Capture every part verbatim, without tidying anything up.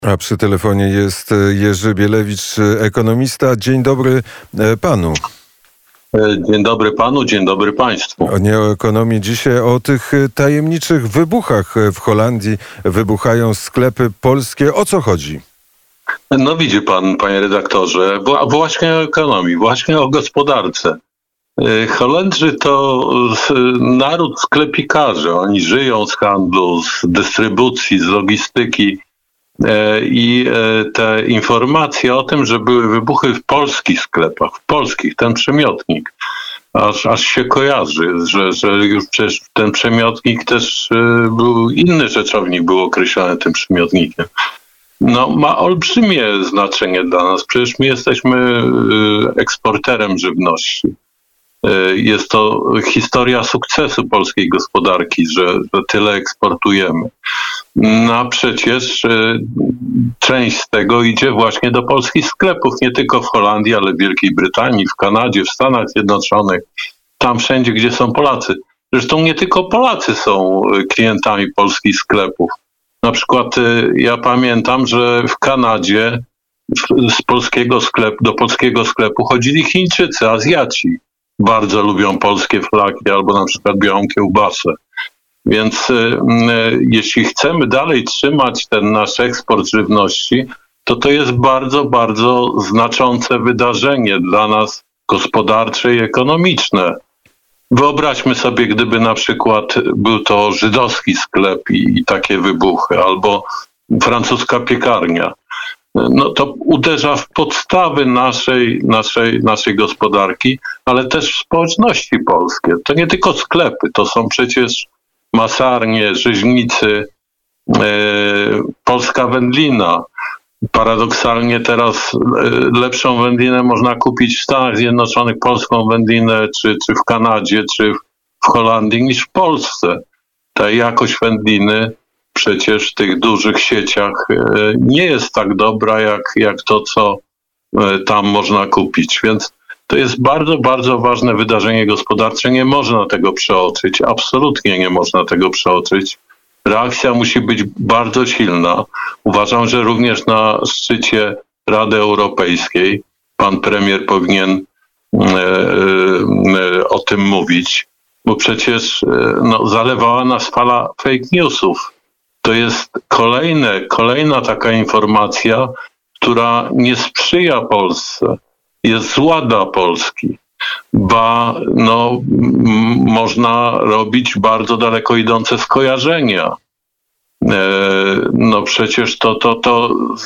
A przy telefonie jest Jerzy Bielewicz, ekonomista. Dzień dobry panu. Dzień dobry panu, dzień dobry państwu. Nie o ekonomii dzisiaj, o tych tajemniczych wybuchach w Holandii. Wybuchają sklepy polskie. O co chodzi? No widzi pan, panie redaktorze, właśnie o ekonomii, właśnie o gospodarce. Holendrzy to naród sklepikarzy. Oni żyją z handlu, z dystrybucji, z logistyki. I te informacje o tym, że były wybuchy w polskich sklepach, w polskich, ten przymiotnik, aż, aż się kojarzy, że, że już przecież ten przymiotnik też był, inny rzeczownik był określony tym przymiotnikiem. No, ma olbrzymie znaczenie dla nas. Przecież my jesteśmy eksporterem żywności. Jest to historia sukcesu polskiej gospodarki, że, że tyle eksportujemy. No a przecież część z tego idzie właśnie do polskich sklepów, nie tylko w Holandii, ale w Wielkiej Brytanii, w Kanadzie, w Stanach Zjednoczonych, tam wszędzie, gdzie są Polacy. Zresztą nie tylko Polacy są klientami polskich sklepów. Na przykład ja pamiętam, że w Kanadzie z polskiego sklepu, do polskiego sklepu chodzili Chińczycy, Azjaci. Bardzo lubią polskie flaki albo na przykład białą kiełbasę. Więc y, y, jeśli chcemy dalej trzymać ten nasz eksport żywności, to to jest bardzo, bardzo znaczące wydarzenie dla nas gospodarcze i ekonomiczne. Wyobraźmy sobie, gdyby na przykład był to żydowski sklep i, i takie wybuchy, albo francuska piekarnia. No to uderza w podstawy naszej, naszej, naszej gospodarki, ale też w społeczności polskie. To nie tylko sklepy, to są przecież masarnie, rzeźnicy, e, polska wędlina. Paradoksalnie teraz lepszą wędlinę można kupić w Stanach Zjednoczonych, polską wędlinę, czy, czy w Kanadzie, czy w Holandii, niż w Polsce. Ta jakość wędliny przecież w tych dużych sieciach nie jest tak dobra, jak, jak to, co tam można kupić. Więc to jest bardzo, bardzo ważne wydarzenie gospodarcze. Nie można tego przeoczyć. Absolutnie nie można tego przeoczyć. Reakcja musi być bardzo silna. Uważam, że również na szczycie Rady Europejskiej pan premier powinien e, e, o tym mówić, bo przecież no, zalewała nas fala fake newsów. To jest kolejne, kolejna taka informacja, która nie sprzyja Polsce, jest zła dla Polski, ba no, m- można robić bardzo daleko idące skojarzenia. E, no przecież to, to, to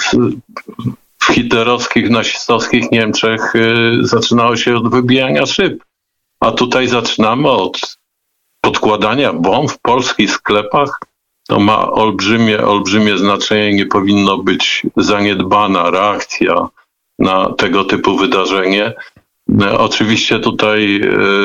w hitlerowskich, nazistowskich Niemczech y, zaczynało się od wybijania szyb, a tutaj zaczynamy od podkładania bomb w polskich sklepach. To ma olbrzymie, olbrzymie znaczenie. Nie powinno być zaniedbana reakcja na tego typu wydarzenie. Oczywiście tutaj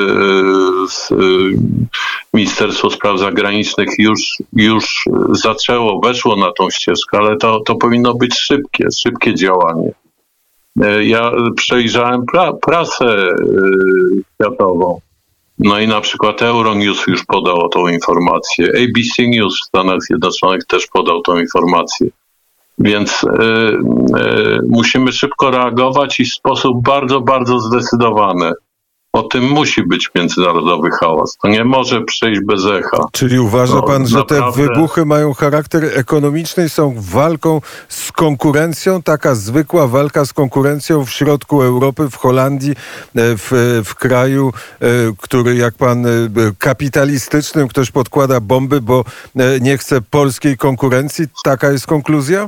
Ministerstwo Spraw Zagranicznych już, już zaczęło, weszło na tą ścieżkę, ale to, to powinno być szybkie, szybkie działanie. Ja przejrzałem pra, prasę światową. No i na przykład Euronews już podał tą informację. A B C News w Stanach Zjednoczonych też podał tą informację. Więc y, y, musimy szybko reagować i w sposób bardzo, bardzo zdecydowany. O tym musi być międzynarodowy hałas. To nie może przejść bez echa. Czyli uważa no, pan, że naprawdę... te wybuchy mają charakter ekonomiczny i są walką z konkurencją? Taka zwykła walka z konkurencją w środku Europy, w Holandii, w, w kraju, który jak pan kapitalistycznym, ktoś podkłada bomby, bo nie chce polskiej konkurencji. Taka jest konkluzja?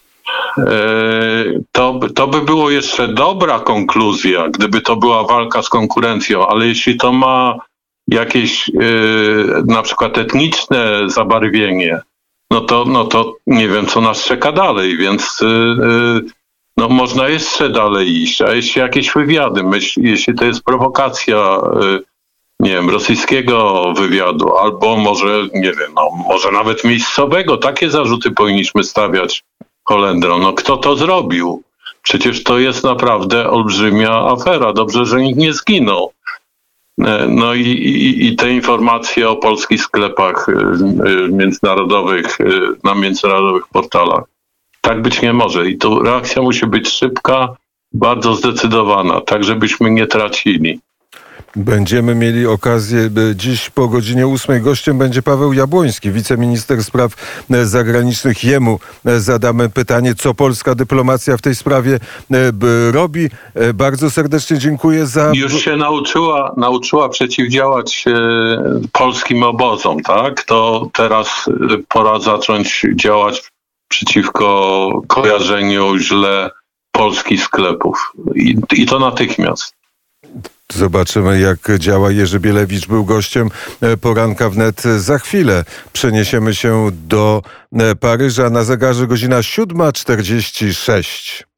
To, to by było jeszcze dobra konkluzja, gdyby to była walka z konkurencją, ale jeśli to ma jakieś na przykład etniczne zabarwienie, no to, no to nie wiem, co nas czeka dalej, więc no, można jeszcze dalej iść. A jeśli jakieś wywiady, myśl, jeśli to jest prowokacja, nie wiem, rosyjskiego wywiadu, albo może, nie wiem, no, może nawet miejscowego, takie zarzuty powinniśmy stawiać Holendrom. No kto to zrobił? Przecież to jest naprawdę olbrzymia afera. Dobrze, że nikt nie zginął. No i, i, i te informacje o polskich sklepach międzynarodowych, na międzynarodowych portalach Tak być nie może i tu reakcja musi być szybka, bardzo zdecydowana, tak żebyśmy nie tracili. Będziemy mieli okazję, dziś po godzinie ósmej gościem będzie Paweł Jabłoński, wiceminister spraw zagranicznych. Jemu zadamy pytanie, co polska dyplomacja w tej sprawie robi. Bardzo serdecznie dziękuję za... Już się nauczyła, nauczyła przeciwdziałać polskim obozom, tak? To teraz pora zacząć działać przeciwko kojarzeniu źle polskich sklepów. I, i to natychmiast. Zobaczymy, jak działa. Jerzy Bielewicz był gościem Poranka Wnet. Za chwilę przeniesiemy się do Paryża. Na zegarze godzina siódma czterdzieści sześć.